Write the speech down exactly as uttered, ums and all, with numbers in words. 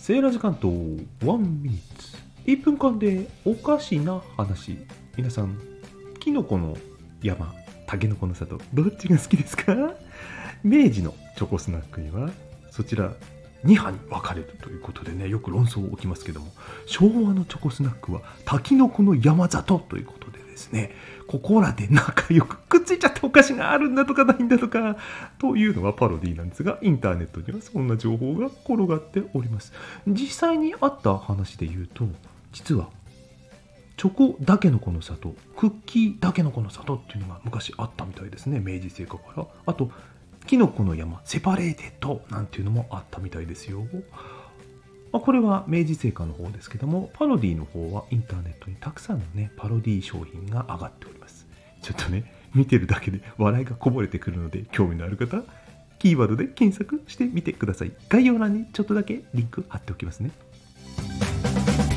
セーラー時間とワンミニッツいっぷんかんでおかしな話。皆さん、キノコの山、タケノコの里、どっちが好きですか？明治のチョコスナックにはそちらにはに分かれるということでね、よく論争起きますけども、昭和のチョコスナックはタケノコの山里ということでですね、ここらで仲良くくっついちゃったお菓子があるんだとかないんだとかというのはパロディなんですが、インターネットにはそんな情報が転がっております。実際にあった話で言うと、実はチョコだけのこの里、クッキーだけのこの里っていうのが昔あったみたいですね。明治製菓から。あとキノコの山セパレーテッドなんていうのもあったみたいですよ。まあ、これは明治製菓の方ですけども、パロディの方はインターネットにたくさんのねパロディ商品が上がっております。ちょっとね見てるだけで笑いがこぼれてくるので、興味のある方キーワードで検索してみてください。概要欄にちょっとだけリンク貼っておきますね。